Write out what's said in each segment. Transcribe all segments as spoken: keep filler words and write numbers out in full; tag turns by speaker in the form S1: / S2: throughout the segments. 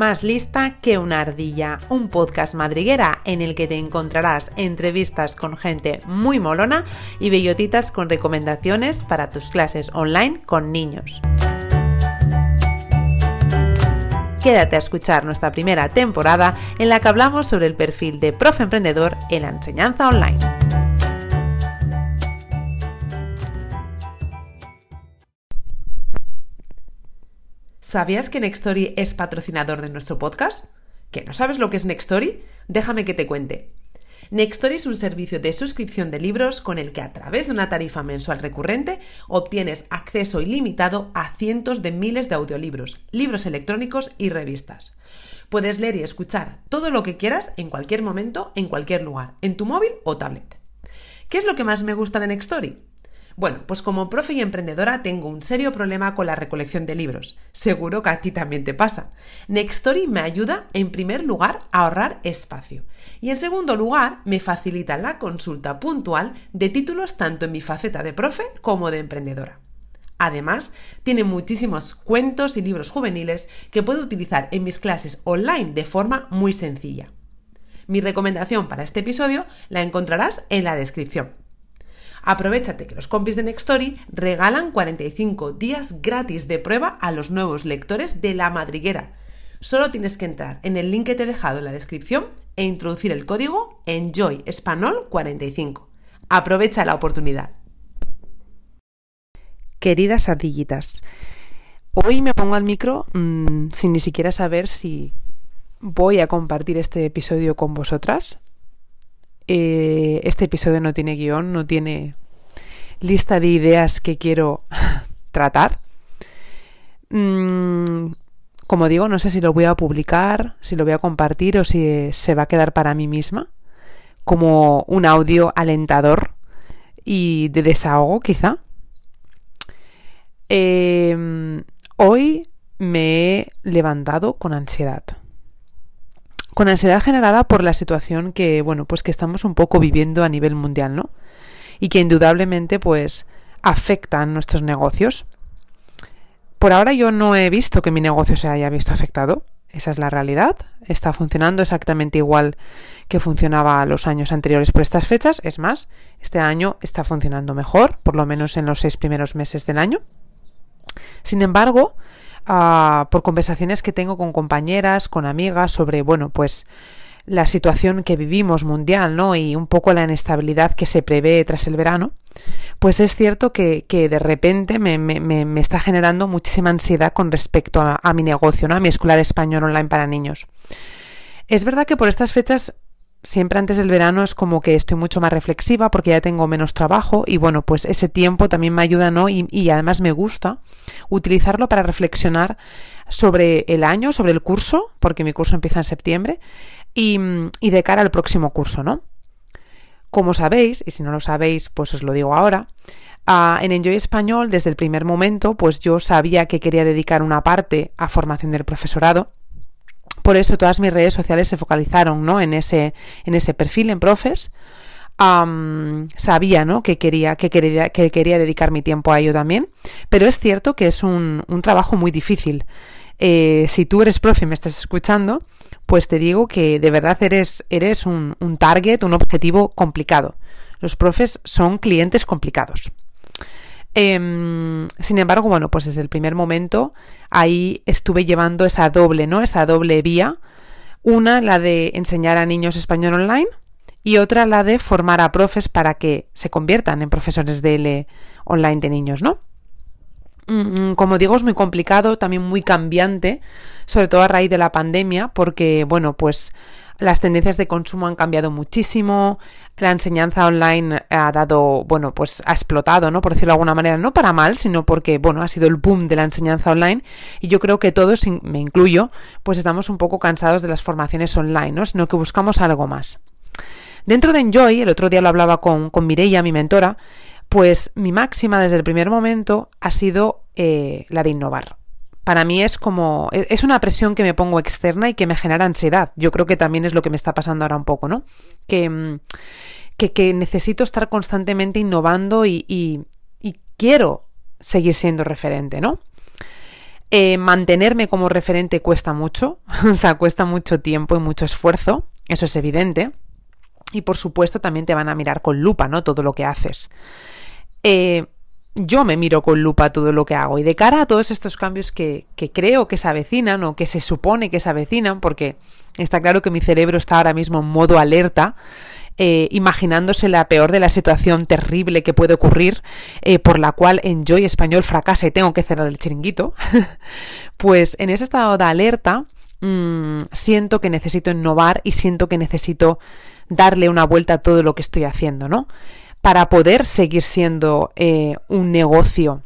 S1: Más lista que una ardilla, un podcast madriguera en el que te encontrarás entrevistas con gente muy molona y bellotitas con recomendaciones para tus clases online con niños. Quédate a escuchar nuestra primera temporada en la que hablamos sobre el perfil de profe emprendedor en la enseñanza online. ¿Sabías que Nextory es patrocinador de nuestro podcast? ¿Que no sabes lo que es Nextory? Déjame que te cuente. Nextory es un servicio de suscripción de libros con el que a través de una tarifa mensual recurrente obtienes acceso ilimitado a cientos de miles de audiolibros, libros electrónicos y revistas. Puedes leer y escuchar todo lo que quieras en cualquier momento, en cualquier lugar, en tu móvil o tablet. ¿Qué es lo que más me gusta de Nextory? Bueno, pues como profe y emprendedora tengo un serio problema con la recolección de libros. Seguro que a ti también te pasa. Nextory me ayuda, en primer lugar, a ahorrar espacio. Y en segundo lugar, me facilita la consulta puntual de títulos tanto en mi faceta de profe como de emprendedora. Además, tiene muchísimos cuentos y libros juveniles que puedo utilizar en mis clases online de forma muy sencilla. Mi recomendación para este episodio la encontrarás en la descripción. Aprovechate que los compis de Nextory regalan cuarenta y cinco días gratis de prueba a los nuevos lectores de La Madriguera. Solo tienes que entrar en el link que te he dejado en la descripción e introducir el código enjoy español cuarenta y cinco. Aprovecha la oportunidad. Queridas ardillitas, hoy me pongo al micro mmm, sin ni siquiera saber si voy a compartir este episodio con vosotras. Eh, este episodio no tiene guión, no tiene lista de ideas que quiero tratar. Mm, como digo, no sé si lo voy a publicar, si lo voy a compartir o si se va a quedar para mí misma como un audio alentador y de desahogo, quizá. Eh, hoy me he levantado con ansiedad. Con ansiedad generada por la situación que, bueno, pues que estamos un poco viviendo a nivel mundial, ¿no? Y que indudablemente, pues, afectan nuestros negocios. Por ahora yo no he visto que mi negocio se haya visto afectado. Esa es la realidad. Está funcionando exactamente igual que funcionaba los años anteriores por estas fechas. Es más, este año está funcionando mejor, por lo menos en los seis primeros meses del año. Sin embargo, Uh, por conversaciones que tengo con compañeras, con amigas sobre, bueno, pues la situación que vivimos mundial, ¿no? Y un poco la inestabilidad que se prevé tras el verano, pues es cierto que, que de repente me, me, me está generando muchísima ansiedad con respecto a, a mi negocio, ¿no? A mi escuela de español online para niños. Es verdad que por estas fechas, siempre antes del verano, es como que estoy mucho más reflexiva porque ya tengo menos trabajo y bueno, pues ese tiempo también me ayuda, ¿no? Y, y además me gusta utilizarlo para reflexionar sobre el año, sobre el curso, porque mi curso empieza en septiembre, y, y de cara al próximo curso, ¿no? Como sabéis, y si no lo sabéis, pues os lo digo ahora, uh, en Enjoy Español, desde el primer momento, pues yo sabía que quería dedicar una parte a formación del profesorado. Por eso todas mis redes sociales se focalizaron, ¿no? en ese en ese perfil, en profes. Um, sabía, ¿no? que quería que quería que quería dedicar mi tiempo a ello también, pero es cierto que es un, un trabajo muy difícil. Eh, si tú eres profe y me estás escuchando, pues te digo que de verdad eres eres un, un target, un objetivo complicado. Los profes son clientes complicados. Eh, sin embargo, bueno, pues desde el primer momento ahí estuve llevando esa doble, ¿no? Esa doble vía. Una, la de enseñar a niños español online, y otra, la de formar a profes para que se conviertan en profesores de L online de niños, ¿no? Como digo, es muy complicado, también muy cambiante, sobre todo a raíz de la pandemia, porque, bueno, pues las tendencias de consumo han cambiado muchísimo, la enseñanza online ha dado, bueno, pues ha explotado, ¿no? Por decirlo de alguna manera, no para mal, sino porque, bueno, ha sido el boom de la enseñanza online y yo creo que todos, me incluyo, pues estamos un poco cansados de las formaciones online, ¿no? Sino que buscamos algo más. Dentro de Enjoy, el otro día lo hablaba con, con Mireia, mi mentora, pues mi máxima desde el primer momento ha sido eh, la de innovar. Para mí es como, es una presión que me pongo externa y que me genera ansiedad. Yo creo que también es lo que me está pasando ahora un poco, ¿no? Que, que, que necesito estar constantemente innovando y, y, y quiero seguir siendo referente, ¿no? Eh, mantenerme como referente cuesta mucho, o sea, cuesta mucho tiempo y mucho esfuerzo, eso es evidente. Y por supuesto también te van a mirar con lupa, ¿no? Todo lo que haces. Eh, yo me miro con lupa todo lo que hago. Y de cara a todos estos cambios que, que creo que se avecinan o que se supone que se avecinan, porque está claro que mi cerebro está ahora mismo en modo alerta, eh, imaginándose la peor de la situación terrible que puede ocurrir, eh, por la cual Enjoy Español fracasa y tengo que cerrar el chiringuito, pues en ese estado de alerta mmm, siento que necesito innovar y siento que necesito darle una vuelta a todo lo que estoy haciendo, ¿no? Para poder seguir siendo eh, un negocio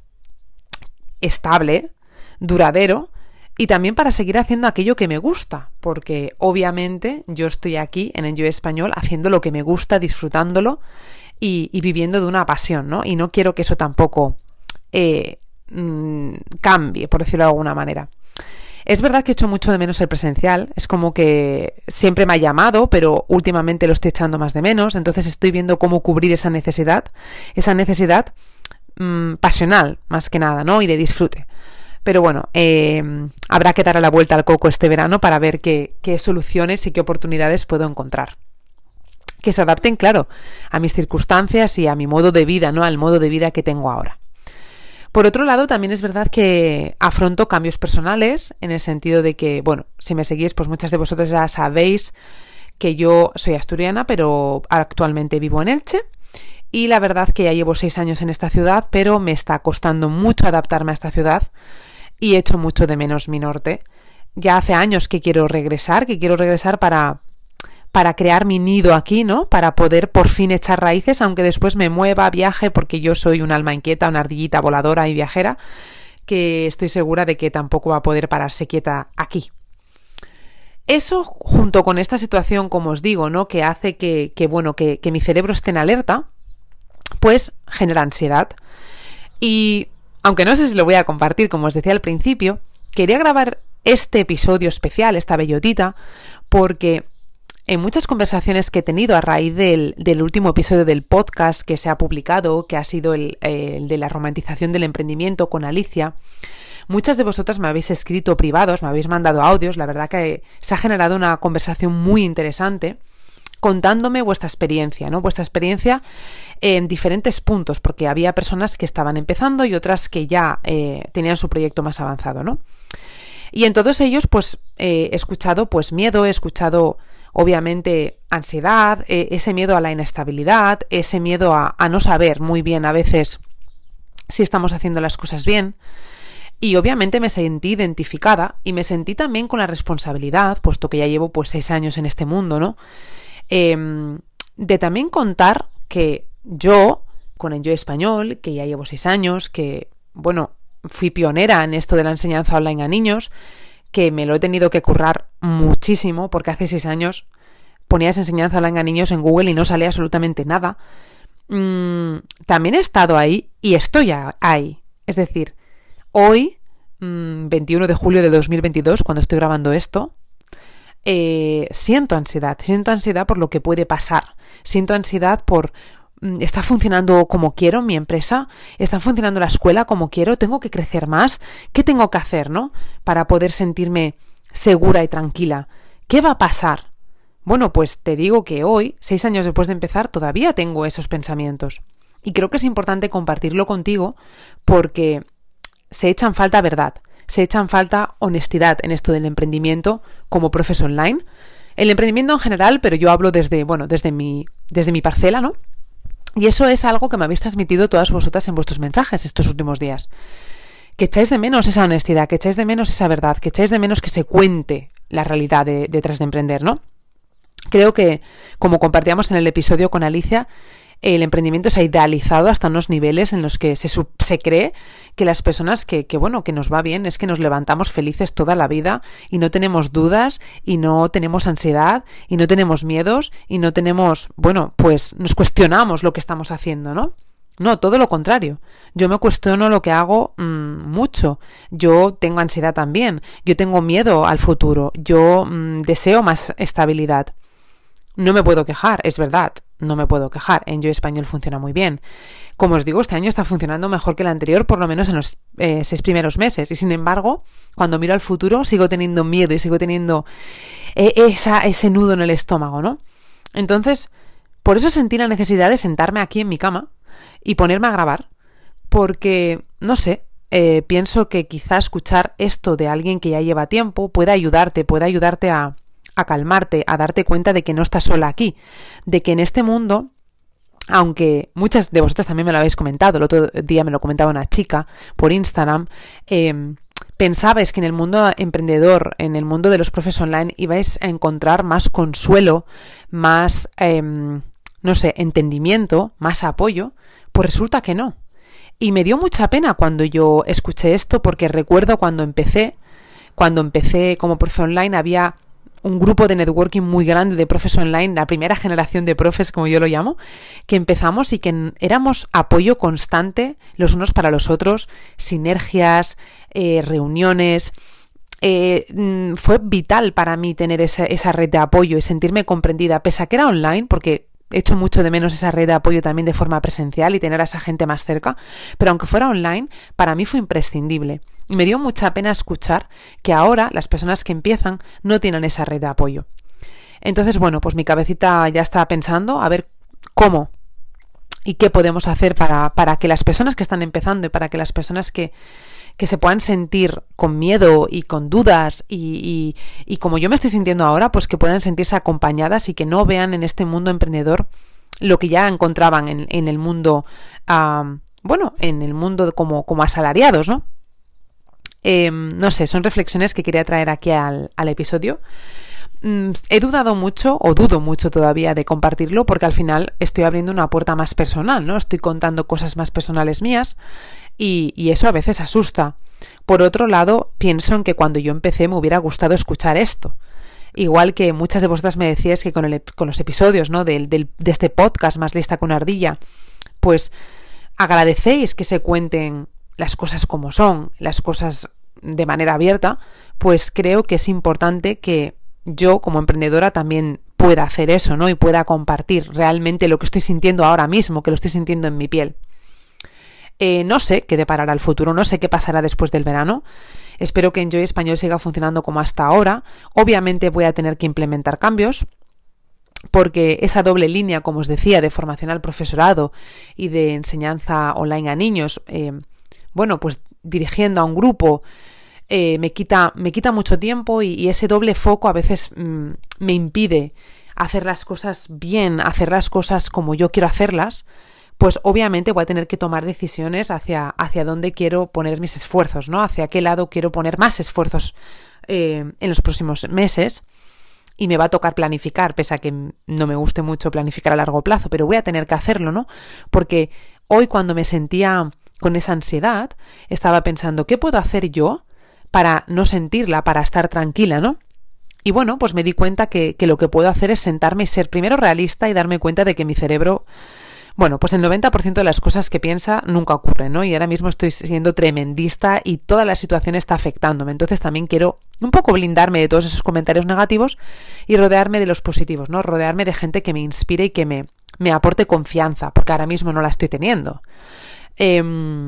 S1: estable, duradero, y también para seguir haciendo aquello que me gusta, porque obviamente yo estoy aquí en Enjoy Español haciendo lo que me gusta, disfrutándolo y, y viviendo de una pasión, ¿no? Y no quiero que eso tampoco eh, mmm, cambie, por decirlo de alguna manera. Es verdad que echo mucho de menos el presencial, es como que siempre me ha llamado, pero últimamente lo estoy echando más de menos, entonces estoy viendo cómo cubrir esa necesidad, esa necesidad mmm, pasional, más que nada, ¿no? Y de disfrute. Pero bueno, eh, habrá que darle la vuelta al coco este verano para ver qué, qué soluciones y qué oportunidades puedo encontrar. Que se adapten, claro, a mis circunstancias y a mi modo de vida, ¿no? Al modo de vida que tengo ahora. Por otro lado, también es verdad que afronto cambios personales, en el sentido de que, bueno, si me seguís, pues muchas de vosotros ya sabéis que yo soy asturiana, pero actualmente vivo en Elche. Y la verdad que ya llevo seis años en esta ciudad, pero me está costando mucho adaptarme a esta ciudad y echo mucho de menos mi norte. Ya hace años que quiero regresar, que quiero regresar para... para crear mi nido aquí, ¿no? Para poder por fin echar raíces, aunque después me mueva, viaje, porque yo soy un alma inquieta, una ardillita voladora y viajera, que estoy segura de que tampoco va a poder pararse quieta aquí. Eso, junto con esta situación, como os digo, ¿no? Que hace que, que bueno, que, que mi cerebro esté en alerta, pues genera ansiedad. Y, aunque no sé si lo voy a compartir, como os decía al principio, quería grabar este episodio especial, esta bellotita, porque en muchas conversaciones que he tenido a raíz del, del último episodio del podcast que se ha publicado, que ha sido el, el de la romantización del emprendimiento con Alicia, muchas de vosotras me habéis escrito privados, me habéis mandado audios, la verdad que se ha generado una conversación muy interesante contándome vuestra experiencia, ¿no? Vuestra experiencia en diferentes puntos, porque había personas que estaban empezando y otras que ya eh, tenían su proyecto más avanzado, ¿no? Y en todos ellos, pues, eh, he escuchado pues miedo, he escuchado obviamente ansiedad, eh, ese miedo a la inestabilidad, ese miedo a, a no saber muy bien a veces si estamos haciendo las cosas bien. Y obviamente me sentí identificada y me sentí también con la responsabilidad, puesto que ya llevo pues seis años en este mundo, ¿no? Eh, de también contar que yo, con Enjoy Español, que ya llevo seis años, que, bueno, fui pionera en esto de la enseñanza online a niños, que me lo he tenido que currar muchísimo, porque hace seis años ponías enseñanza online a niños en Google y no salía absolutamente nada. Mm, también he estado ahí y estoy ahí. Es decir, hoy, mmm, veintiuno de julio de dos mil veintidós, cuando estoy grabando esto, eh, siento ansiedad. Siento ansiedad por lo que puede pasar. Siento ansiedad por... ¿Está funcionando como quiero mi empresa? ¿Está funcionando la escuela como quiero? ¿Tengo que crecer más? ¿Qué tengo que hacer, no? Para poder sentirme segura y tranquila. ¿Qué va a pasar? Bueno, pues te digo que hoy, seis años después de empezar, todavía tengo esos pensamientos. Y creo que es importante compartirlo contigo porque se echan falta verdad, se echan falta honestidad en esto del emprendimiento como profesor online. El emprendimiento en general, pero yo hablo desde, bueno, desde mi, desde mi parcela, ¿no? Y eso es algo que me habéis transmitido todas vosotras en vuestros mensajes estos últimos días. Que echáis de menos esa honestidad, que echáis de menos esa verdad, que echáis de menos que se cuente la realidad de, detrás de emprender, ¿no? Creo que, como compartíamos en el episodio con Alicia, el emprendimiento se ha idealizado hasta unos niveles en los que se, se cree que las personas que, que, bueno, que nos va bien es que nos levantamos felices toda la vida y no tenemos dudas y no tenemos ansiedad y no tenemos miedos y no tenemos, bueno, pues nos cuestionamos lo que estamos haciendo, ¿no? No, todo lo contrario. Yo me cuestiono lo que hago mmm, mucho. Yo tengo ansiedad también. Yo tengo miedo al futuro. Yo mmm, deseo más estabilidad. No me puedo quejar, es verdad. no me puedo quejar. Enjoy Español funciona muy bien. Como os digo, este año está funcionando mejor que el anterior, por lo menos en los eh, seis primeros meses. Y sin embargo, cuando miro al futuro, sigo teniendo miedo y sigo teniendo eh, esa, ese nudo en el estómago, ¿no? Entonces, por eso sentí la necesidad de sentarme aquí en mi cama y ponerme a grabar, porque, no sé, eh, pienso que quizá escuchar esto de alguien que ya lleva tiempo pueda ayudarte, pueda ayudarte a, a calmarte, a darte cuenta de que no estás sola aquí, de que en este mundo, aunque muchas de vosotras también me lo habéis comentado, el otro día me lo comentaba una chica por Instagram, eh, pensabais que en el mundo emprendedor, en el mundo de los profes online, ibais a encontrar más consuelo, más, eh, no sé, entendimiento, más apoyo, pues resulta que no. Y me dio mucha pena cuando yo escuché esto, porque recuerdo cuando empecé, cuando empecé como profe online, había un grupo de networking muy grande de profes online, la primera generación de profes, como yo lo llamo, que empezamos y que éramos apoyo constante los unos para los otros, sinergias, eh, reuniones. Eh, fue vital para mí tener esa, esa red de apoyo y sentirme comprendida, pese a que era online, porque echo mucho de menos esa red de apoyo también de forma presencial y tener a esa gente más cerca, pero aunque fuera online, para mí fue imprescindible. Y me dio mucha pena escuchar que ahora las personas que empiezan no tienen esa red de apoyo. Entonces, bueno, pues mi cabecita ya está pensando a ver cómo y qué podemos hacer para, para que las personas que están empezando y para que las personas que, que se puedan sentir con miedo y con dudas y, y, y como yo me estoy sintiendo ahora, pues que puedan sentirse acompañadas y que no vean en este mundo emprendedor lo que ya encontraban en, en el mundo, uh, bueno, en el mundo como, como asalariados, ¿no? Eh, no sé, son reflexiones que quería traer aquí al, al episodio. Mm, he dudado mucho, o dudo mucho todavía de compartirlo, porque al final estoy abriendo una puerta más personal, ¿no? Estoy contando cosas más personales mías y, y eso a veces asusta. Por otro lado, pienso en que cuando yo empecé me hubiera gustado escuchar esto. Igual que muchas de vosotras me decíais que con, el, con los episodios, ¿no? del, del, de este podcast Más lista que una ardilla, pues agradecéis que se cuenten las cosas como son, las cosas de manera abierta, pues creo que es importante que yo como emprendedora también pueda hacer eso, ¿no? Y pueda compartir realmente lo que estoy sintiendo ahora mismo, que lo estoy sintiendo en mi piel. Eh, no sé qué deparará el futuro, no sé qué pasará después del verano. Espero que Enjoy Español siga funcionando como hasta ahora. Obviamente voy a tener que implementar cambios, porque esa doble línea, como os decía, de formación al profesorado y de enseñanza online a niños, eh, bueno, pues dirigiendo a un grupo, eh, me quita, me quita mucho tiempo y, y ese doble foco a veces mm, me impide hacer las cosas bien, hacer las cosas como yo quiero hacerlas. Pues obviamente voy a tener que tomar decisiones hacia, hacia dónde quiero poner mis esfuerzos, ¿no? Hacia qué lado quiero poner más esfuerzos eh, en los próximos meses. Y me va a tocar planificar, pese a que no me guste mucho planificar a largo plazo, pero voy a tener que hacerlo, ¿no? Porque hoy cuando me sentía con esa ansiedad, estaba pensando, ¿qué puedo hacer yo para no sentirla, para estar tranquila, ¿no? Y bueno, pues me di cuenta que, que lo que puedo hacer es sentarme y ser primero realista y darme cuenta de que mi cerebro, bueno, pues el noventa por ciento de las cosas que piensa nunca ocurren, ¿no? Y ahora mismo estoy siendo tremendista y toda la situación está afectándome. Entonces también quiero un poco blindarme de todos esos comentarios negativos y rodearme de los positivos, ¿no? Rodearme de gente que me inspire y que me, me aporte confianza, porque ahora mismo no la estoy teniendo. Eh,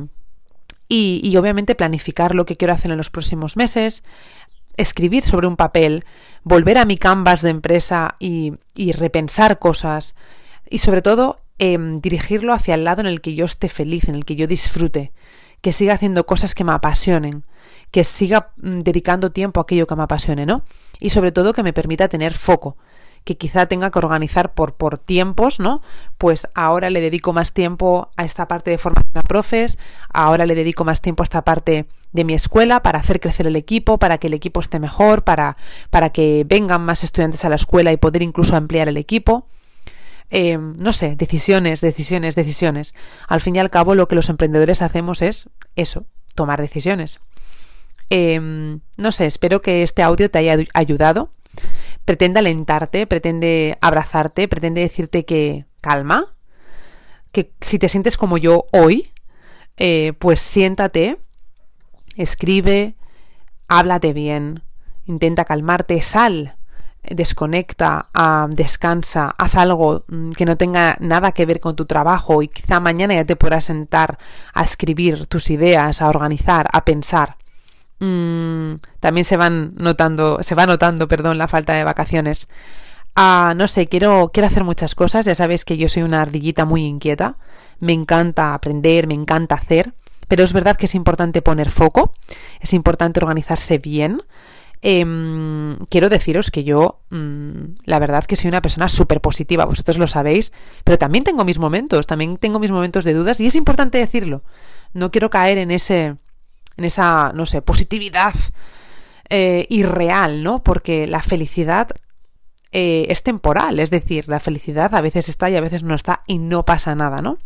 S1: y, y obviamente planificar lo que quiero hacer en los próximos meses, escribir sobre un papel, volver a mi canvas de empresa y, y repensar cosas y sobre todo eh, dirigirlo hacia el lado en el que yo esté feliz, en el que yo disfrute, que siga haciendo cosas que me apasionen, que siga mm, dedicando tiempo a aquello que me apasione, ¿no? Y sobre todo que me permita tener foco, que quizá tenga que organizar por, por tiempos, ¿no? Pues ahora le dedico más tiempo a esta parte de formación a profes, ahora le dedico más tiempo a esta parte de mi escuela para hacer crecer el equipo, para que el equipo esté mejor, para, para que vengan más estudiantes a la escuela y poder incluso ampliar el equipo. Eh, no sé, decisiones, decisiones, decisiones. Al fin y al cabo lo que los emprendedores hacemos es eso, tomar decisiones. Eh, no sé, espero que este audio te haya ayudado. Pretende alentarte, pretende abrazarte, pretende decirte que calma, que si te sientes como yo hoy, eh, pues siéntate, escribe, háblate bien, intenta calmarte, sal, desconecta, uh, descansa, haz algo um, que no tenga nada que ver con tu trabajo y quizá mañana ya te podrás sentar a escribir tus ideas, a organizar, a pensar. Um, también se van notando, se va notando, perdón, la falta de vacaciones. Uh, no sé, quiero, quiero hacer muchas cosas. Ya sabes que yo soy una ardillita muy inquieta. Me encanta aprender, me encanta hacer. Pero es verdad que es importante poner foco. Es importante organizarse bien. Eh, quiero deciros que yo, mmm, la verdad que soy una persona súper positiva. Vosotros lo sabéis. Pero también tengo mis momentos. También tengo mis momentos de dudas. Y es importante decirlo. No quiero caer en ese... en esa, no sé, positividad eh, irreal, ¿no? Porque la felicidad eh, es temporal, es decir, la felicidad a veces está y a veces no está y no pasa nada, ¿no?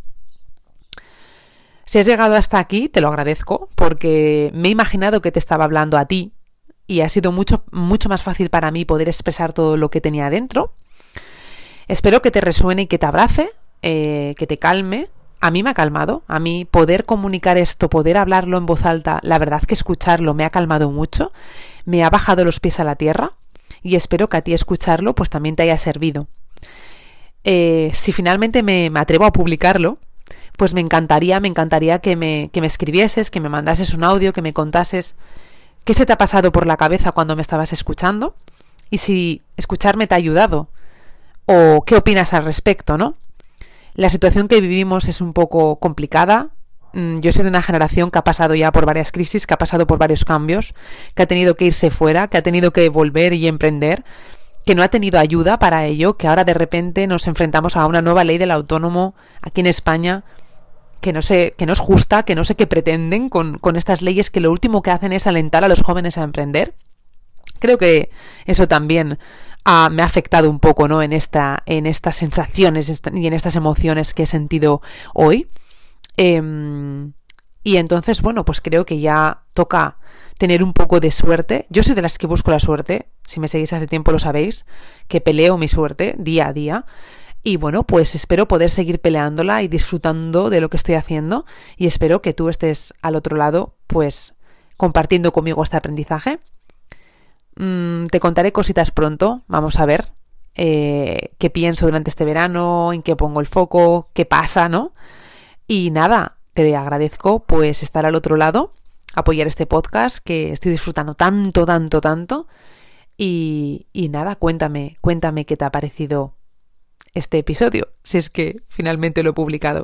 S1: Si has llegado hasta aquí, te lo agradezco porque me he imaginado que te estaba hablando a ti y ha sido mucho, mucho más fácil para mí poder expresar todo lo que tenía dentro. Espero que te resuene y que te abrace, eh, que te calme. A mí me ha calmado, a mí poder comunicar esto, poder hablarlo en voz alta, la verdad que escucharlo me ha calmado mucho, me ha bajado los pies a la tierra y espero que a ti escucharlo pues también te haya servido. Eh, si finalmente me, me atrevo a publicarlo, pues me encantaría, me encantaría que me, que me escribieses, que me mandases un audio, que me contases qué se te ha pasado por la cabeza cuando me estabas escuchando y si escucharme te ha ayudado o qué opinas al respecto, ¿no? La situación que vivimos es un poco complicada. Yo soy de una generación que ha pasado ya por varias crisis, que ha pasado por varios cambios, que ha tenido que irse fuera, que ha tenido que volver y emprender, que no ha tenido ayuda para ello, que ahora de repente nos enfrentamos a una nueva ley del autónomo aquí en España, que no sé, que no es justa, que no sé qué pretenden con, con estas leyes que lo último que hacen es alentar a los jóvenes a emprender. Creo que eso también uh, me ha afectado un poco, ¿no? En esta, en estas sensaciones y en estas emociones que he sentido hoy. Eh, y entonces, bueno, pues creo que ya toca tener un poco de suerte. Yo soy de las que busco la suerte. Si me seguís hace tiempo lo sabéis, que peleo mi suerte día a día. Y bueno, pues espero poder seguir peleándola y disfrutando de lo que estoy haciendo. Y espero que tú estés al otro lado, pues compartiendo conmigo este aprendizaje. Mm, te contaré cositas pronto, vamos a ver eh, qué pienso durante este verano, en qué pongo el foco, qué pasa, ¿no? Y nada, te agradezco pues estar al otro lado, apoyar este podcast que estoy disfrutando tanto, tanto, tanto. Y, y nada, cuéntame, cuéntame qué te ha parecido este episodio, si es que finalmente lo he publicado.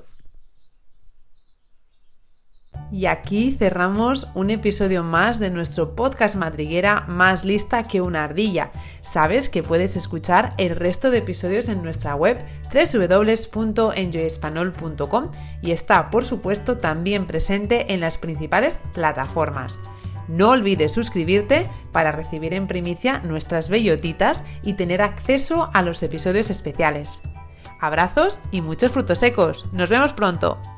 S1: Y aquí cerramos un episodio más de nuestro podcast madriguera Más lista que una ardilla. Sabes que puedes escuchar el resto de episodios en nuestra web doble u doble u doble u punto enjoy español punto com y está, por supuesto, también presente en las principales plataformas. No olvides suscribirte para recibir en primicia nuestras bellotitas y tener acceso a los episodios especiales. Abrazos y muchos frutos secos. ¡Nos vemos pronto!